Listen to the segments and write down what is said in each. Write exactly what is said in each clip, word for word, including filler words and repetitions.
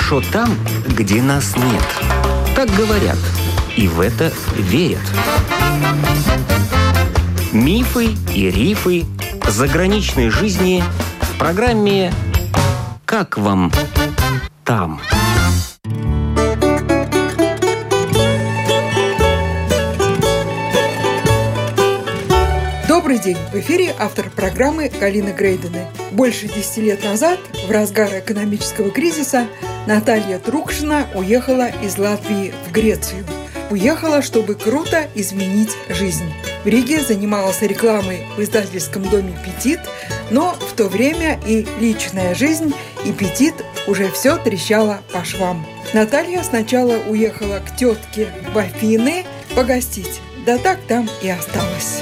хорошо там, где нас нет. Так говорят, и в это верят. Мифы и рифы заграничной жизни в программе «Как вам там?». Добрый день! В эфире автор программы Галина Грейдена. Больше десяти лет назад, в разгар экономического кризиса, Наталья Трукшина уехала из Латвии в Грецию. Уехала, чтобы круто изменить жизнь. В Риге занималась рекламой в издательском доме «Петит», но в то время и личная жизнь, и «Петит» уже все трещало по швам. Наталья сначала уехала к тетке в Афины погостить, да так там и осталась.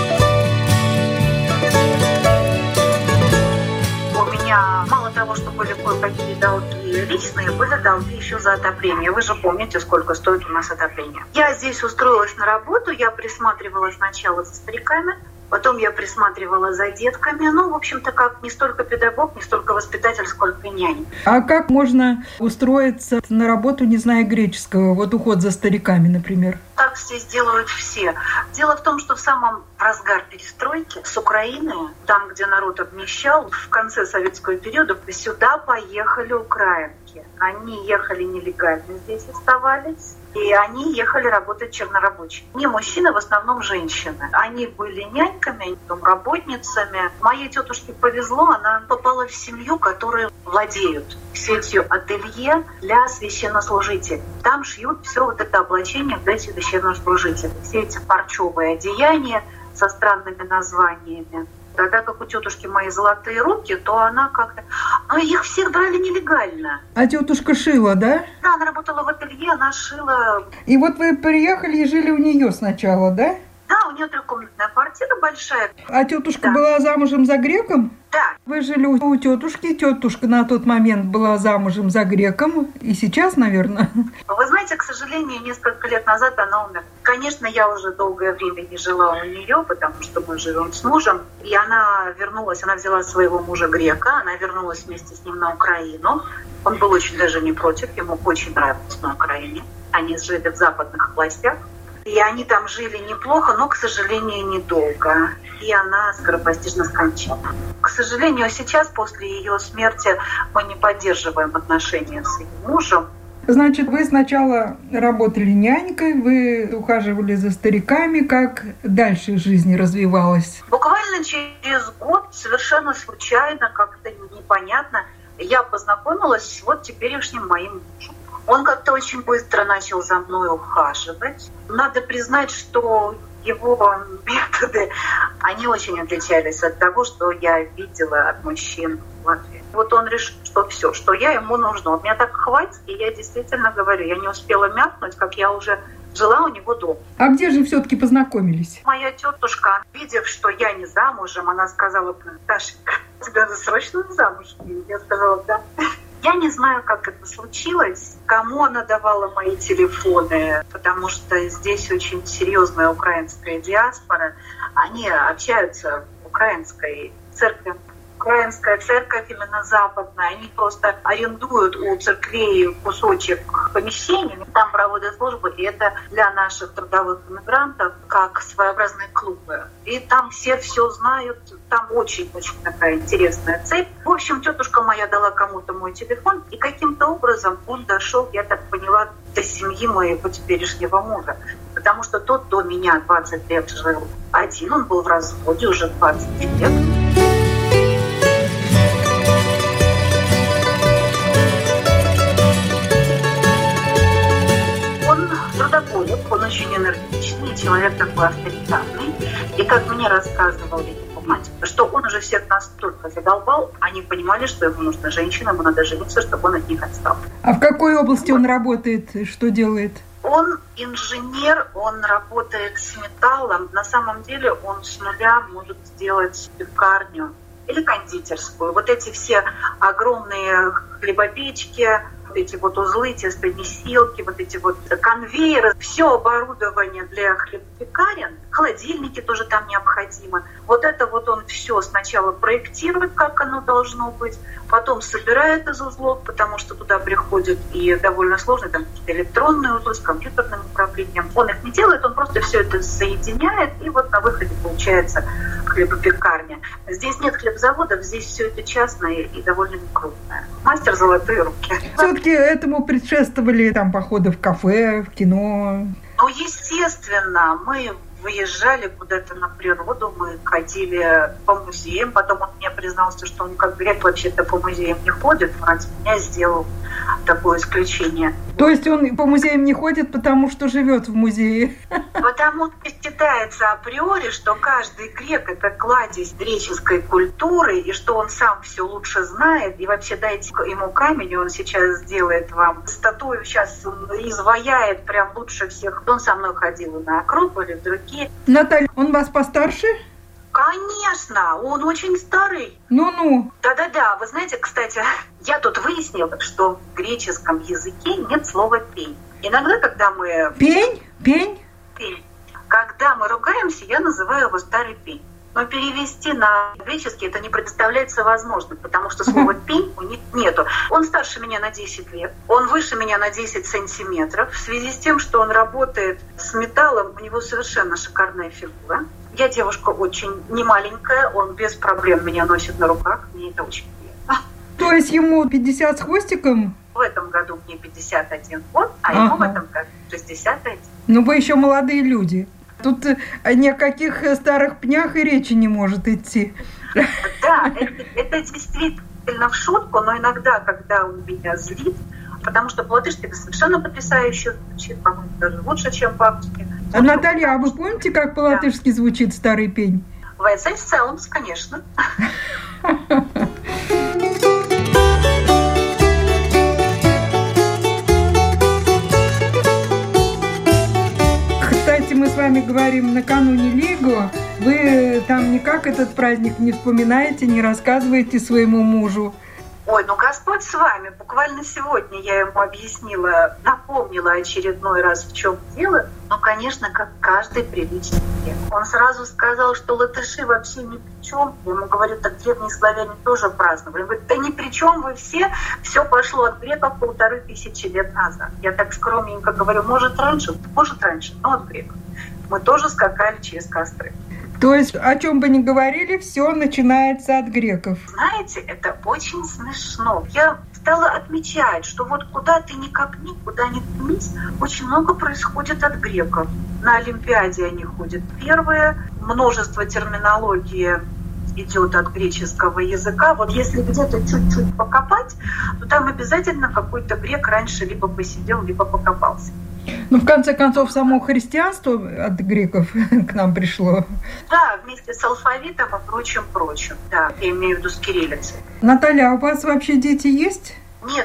Мало того, что были кое-какие долги личные, были долги еще за отопление. Вы же помните, сколько стоит у нас отопление. Я здесь устроилась на работу, я присматривала сначала за стариками, потом я присматривала за детками. Ну, в общем-то, как не столько педагог, не столько воспитатель, сколько нянь. А как можно устроиться на работу, не зная греческого? Вот уход за стариками, например. Так здесь делают все. Дело в том, что в самом разгар перестройки с Украины, там, где народ обнищал, в конце советского периода сюда поехали украинки. Они ехали нелегально, здесь оставались. И они ехали работать чернорабочими. Не мужчины, в основном женщины. Они были няньками, домработницами. Моей тетушке повезло, она попала в семью, которые владеют сетью ателье для священнослужителей. Там шьют все вот это облачение для священнослужителей. Все эти парчевые одеяния со странными названиями. Тогда как у тетушки мои золотые руки, то она как-то... Ну, их всех брали нелегально. А тетушка шила, да? Да, она работала в ателье, она шила. И вот вы приехали и жили у нее сначала, да? Да, у нее трехкомнатная квартира большая. А тетушка да. была замужем за греком? Да. Вы жили у тетушки, тетушка на тот момент была замужем за греком, и сейчас, наверное? Вы знаете, к сожалению, несколько лет назад она умерла. Конечно, я уже долгое время не жила у нее, потому что мы живем с мужем, и она вернулась, она взяла своего мужа грека, она вернулась вместе с ним на Украину. Он был очень даже не против, ему очень нравилось на Украине. Они жили в западных областях. И они там жили неплохо, но, к сожалению, недолго. И она скоропостижно скончалась. К сожалению, сейчас, после ее смерти, мы не поддерживаем отношения с ее мужем. Значит, вы сначала работали нянькой, вы ухаживали за стариками. Как дальше жизнь развивалась? Буквально через год, совершенно случайно, как-то непонятно, я познакомилась с вот теперешним моим мужем. Он как-то очень быстро начал за мной ухаживать. Надо признать, что его методы, они очень отличались от того, что я видела от мужчин в Латвии. Вот он решил, что все, что я ему нужна. Меня так хватит, и я действительно говорю, я не успела мякнуть, как я уже жила у него дома. А где же все-таки познакомились? Моя тетушка, видев, что я не замужем, она сказала: «Дашенька, тебе надо срочно замуж». Я сказала: «Да». Я не знаю, как это случилось, кому она давала мои телефоны, потому что здесь очень серьезная украинская диаспора. Они общаются в украинской церкви. Украинская церковь именно западная, они просто арендуют у церквей кусочек помещений, там проводят службы, и это для наших трудовых иммигрантов как своеобразные клубы. И там все все знают, там очень-очень такая интересная цепь. В общем, тетушка моя дала кому-то мой телефон, и каким-то образом он дошел, я так поняла, до семьи моего теперешнего мужа. Потому что тот до меня двадцать лет жил один, он был в разводе уже двадцать лет. Он очень энергичный, человек такой авторитарный. И как мне рассказывала его мать, что он уже всех настолько задолбал, они понимали, что ему нужна женщина, ему надо жениться, чтобы он от них отстал. А в какой области он работает, что делает? Он инженер, он работает с металлом. На самом деле он с нуля может сделать пекарню или кондитерскую. Вот эти все огромные хлебопечки, Вот эти вот узлы, тестомесилки, вот эти вот конвейеры, все оборудование для хлебопекарен, холодильники тоже там необходимы. Вот это вот он все сначала проектирует, как оно должно быть, потом собирает из узлов, потому что туда приходят и довольно сложные там электронные узлы с компьютерным управлением. Он их не делает, он просто все это соединяет, и вот на выходе получается хлебопекарня. Здесь нет хлебзаводов, здесь все это частное и довольно крупное. Мастер золотые руки. Все-таки этому предшествовали там походы в кафе, в кино. Ну, естественно, мы выезжали куда-то на природу, мы ходили по музеям, потом он мне признался, что он как грек вообще-то по музеям не ходит, он от меня сделал такое исключение. То есть он по музеям не ходит, потому что живет в музее? Потому что считается априори, что каждый грек — это кладезь греческой культуры, и что он сам все лучше знает, и вообще дайте ему камень, и он сейчас сделает вам статую, сейчас изваяет прям лучше всех. Он со мной ходил на Акрополь, и в другие. Наталья, он вас постарше? Конечно, он очень старый. Ну-ну. Да-да-да, вы знаете, кстати, я тут выяснила, что в греческом языке нет слова «пень». Иногда, когда мы... Пень? Пень? Пень. Когда мы ругаемся, я называю его «старый пень». Но перевести на греческий это не представляется возможным, потому что слова «пень» у них нету. Он старше меня на десять лет, он выше меня на десять сантиметров. В связи с тем, что он работает с металлом, у него совершенно шикарная фигура. Я девушка очень немаленькая, он без проблем меня носит на руках, мне это очень приятно. То есть ему пятьдесят с хвостиком? В этом году мне пятьдесят один год, а ага. ему в этом году шестьдесят один. Ну вы еще молодые люди. Тут ни о каких старых пнях и речи не может идти. Да, это, это действительно в шутку, но иногда, когда он меня злит, потому что по-латышски это совершенно потрясающе звучит, по-моему, даже лучше, чем по-русски. А, Наталья, а вы помните, как по-латышски да. звучит «старый пень»? Вайцайс целумс, конечно. Кстати, мы с вами говорим накануне Лиго. Вы там никак этот праздник не вспоминаете, не рассказываете своему мужу? Ой, ну Господь с вами. Буквально сегодня я ему объяснила, напомнила очередной раз, в чем дело. Ну, конечно, как каждый приличный грек. Он сразу сказал, что латыши вообще ни при чем. Я ему говорю, так древние славяне тоже праздновали. Он говорит, да ни при чем вы все. Все пошло от греков полторы тысячи лет назад. Я так скромненько говорю, может раньше, может раньше, но от греков. Мы тоже скакали через костры. То есть, о чем бы ни говорили, все начинается от греков. Знаете, это очень смешно. Я стала отмечать, что вот куда ты ни копни, куда ни ткнись, очень много происходит от греков. На Олимпиаде они ходят первые, множество терминологии идет от греческого языка. Вот если где-то чуть-чуть покопать, то там обязательно какой-то грек раньше либо посидел, либо покопался. Ну, в конце концов, само христианство от греков к нам пришло. Да, вместе с алфавитом и прочим-прочим. Да, я имею в виду с кириллицей. Наталья, а у вас вообще дети есть? Нет,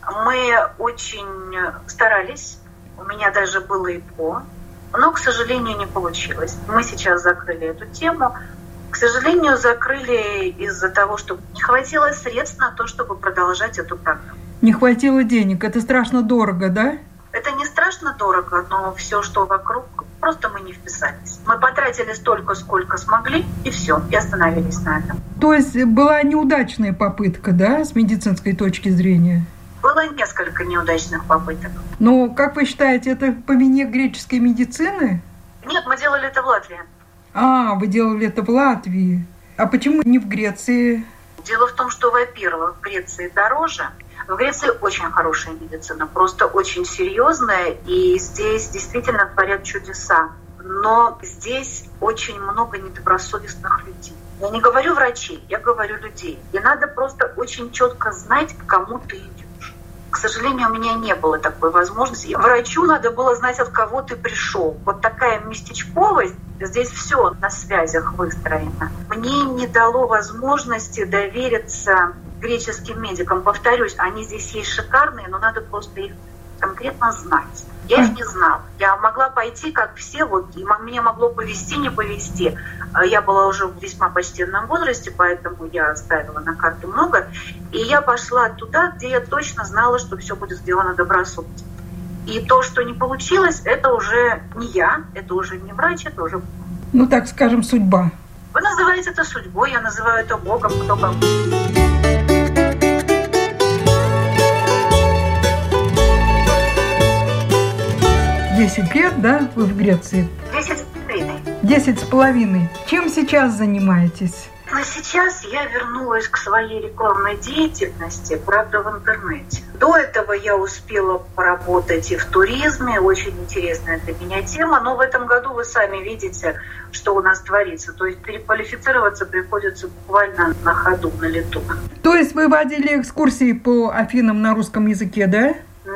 мы очень старались. У меня даже было ИПО, но, к сожалению, не получилось. Мы сейчас закрыли эту тему. К сожалению, закрыли из-за того, что не хватило средств на то, чтобы продолжать эту программу. Не хватило денег. Это страшно дорого, да? Это не страшно дорого, но все, что вокруг, просто мы не вписались. Мы потратили столько, сколько смогли, и все, и остановились на этом. То есть была неудачная попытка, да, с медицинской точки зрения? Было несколько неудачных попыток. Но, как вы считаете, это по вине греческой медицины? Нет, мы делали это в Латвии. А, вы делали это в Латвии. А почему не в Греции? Дело в том, что, во-первых, в Греции дороже. В Греции очень хорошая медицина, просто очень серьезная, и здесь действительно творят чудеса. Но здесь очень много недобросовестных людей. Я не говорю врачей, я говорю людей. И надо просто очень четко знать, к кому ты идешь. К сожалению, у меня не было такой возможности. Врачу надо было знать, от кого ты пришел. Вот такая местечковость, здесь все на связях выстроено. Мне не дало возможности довериться греческим медикам. Повторюсь, они здесь есть шикарные, но надо просто их конкретно знать. Я их не знала. Я могла пойти, как все, вот, и меня могло повезти, не повезти. Я была уже в весьма почтенном возрасте, поэтому я ставила на карту много. И я пошла туда, где я точно знала, что все будет сделано добросовестно. И то, что не получилось, это уже не я, это уже не врач, это уже... Ну, так скажем, судьба. Вы называете это судьбой, я называю это Богом, кто как. Десять лет, да, вы в Греции? Десять с половиной. Десять с половиной. Чем сейчас занимаетесь? Но сейчас я вернулась к своей рекламной деятельности, правда, в интернете. До этого я успела поработать и в туризме, очень интересная для меня тема, но в этом году вы сами видите, что у нас творится. То есть переквалифицироваться приходится буквально на ходу, на лету. То есть вы водили экскурсии по Афинам на русском языке, да?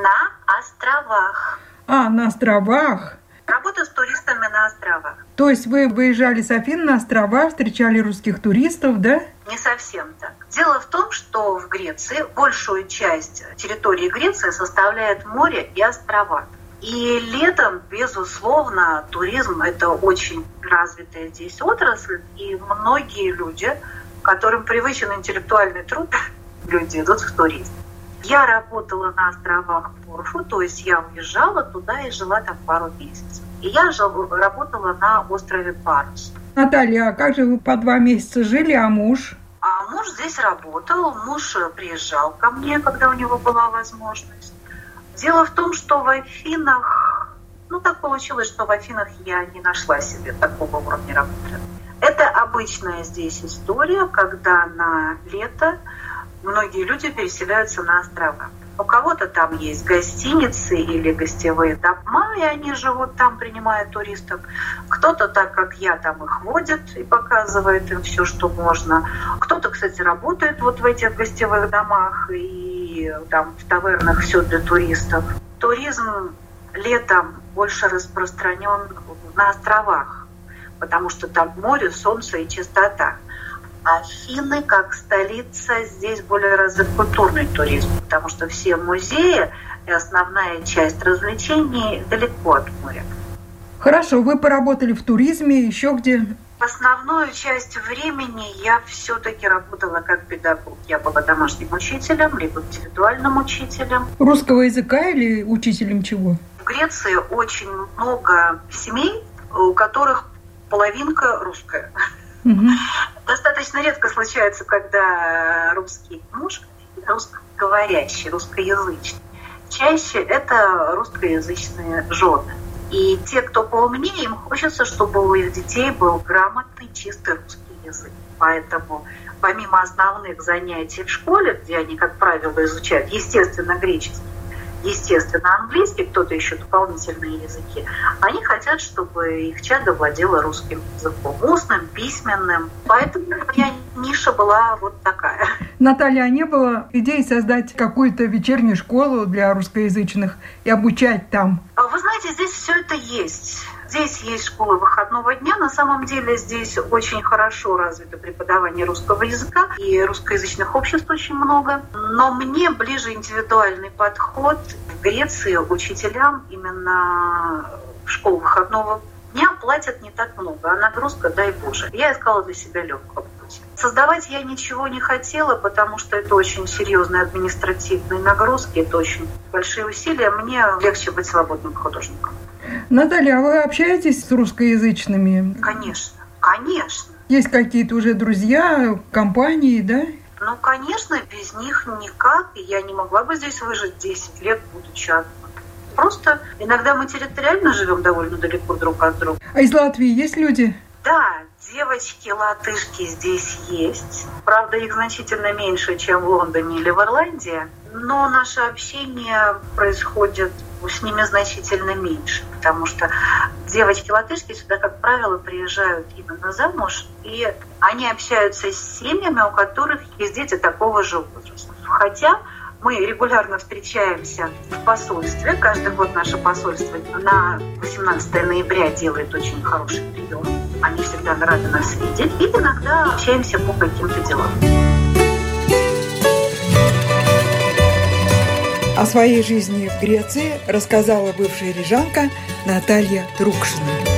На островах. А, на островах. Работа с туристами на островах. То есть вы выезжали с Афин на острова, встречали русских туристов, да? Не совсем так. Дело в том, что в Греции большую часть территории Греции составляет море и острова. И летом, безусловно, туризм – это очень развитая здесь отрасль, и многие люди, которым привычен интеллектуальный труд, люди идут в туризм. Я работала на островах Корфу, то есть я уезжала туда и жила там пару месяцев. И я жила, работала на острове Парус. Наталья, а как же вы по два месяца жили, а муж? А муж здесь работал, муж приезжал ко мне, когда у него была возможность. Дело в том, что в Афинах, ну так получилось, что в Афинах я не нашла себе такого уровня работы. Это обычная здесь история, когда на лето многие люди переселяются на острова. У кого-то там есть гостиницы или гостевые дома, и они живут там, принимая туристов. Кто-то, так как я, там их водит и показывает им все, что можно. Кто-то, кстати, работает вот в этих гостевых домах и там в тавернах, все для туристов. Туризм летом больше распространен на островах, потому что там море, солнце и чистота. Афины, как столица, здесь более развит культурный туризм, потому что все музеи и основная часть развлечений далеко от моря. Хорошо, вы поработали в туризме, еще где? Основную часть времени я все-таки работала как педагог. Я была домашним учителем, либо индивидуальным учителем. Русского языка или учителем чего? В Греции очень много семей, у которых половинка русская. Угу. Достаточно редко случается, когда русский муж русскоговорящий, русскоязычный. Чаще это русскоязычные жены. И те, кто поумнее, им хочется, чтобы у их детей был грамотный, чистый русский язык. Поэтому помимо основных занятий в школе, где они, как правило, изучают, естественно, греческий, естественно, английский, кто-то еще дополнительные языки, они хотят, чтобы их чадо владело русским языком, устным, письменным. Поэтому моя ниша была вот такая. Наталья, а не было идеи создать какую-то вечернюю школу для русскоязычных и обучать там? Вы знаете, здесь все это есть. Здесь есть школы выходного дня. На самом деле здесь очень хорошо развито преподавание русского языка, и русскоязычных обществ очень много. Но мне ближе индивидуальный подход. В Греции учителям именно в школу выходного дня платят не так много, а нагрузка, дай Боже. Я искала для себя легкого пути. Создавать я ничего не хотела, потому что это очень серьезные административные нагрузки, это очень большие усилия. Мне легче быть свободным художником. Наталья, а вы общаетесь с русскоязычными? Конечно, конечно. Есть какие-то уже друзья, компании, да? Ну, конечно, без них никак. Я не могла бы здесь выжить десять лет, будучи одной. Просто иногда мы территориально живем довольно далеко друг от друга. А из Латвии есть люди? Да, девочки-латышки здесь есть. Правда, их значительно меньше, чем в Лондоне или в Ирландии. Но наше общение происходит с ними значительно меньше, потому что девочки-латышки сюда, как правило, приезжают именно замуж, и они общаются с семьями, у которых есть дети такого же возраста. Хотя мы регулярно встречаемся в посольстве. Каждый год наше посольство на восемнадцатое ноября делает очень хороший прием. Они всегда рады нас видеть. И иногда общаемся по каким-то делам. О своей жизни в Греции рассказала бывшая рижанка Наталья Трукшина.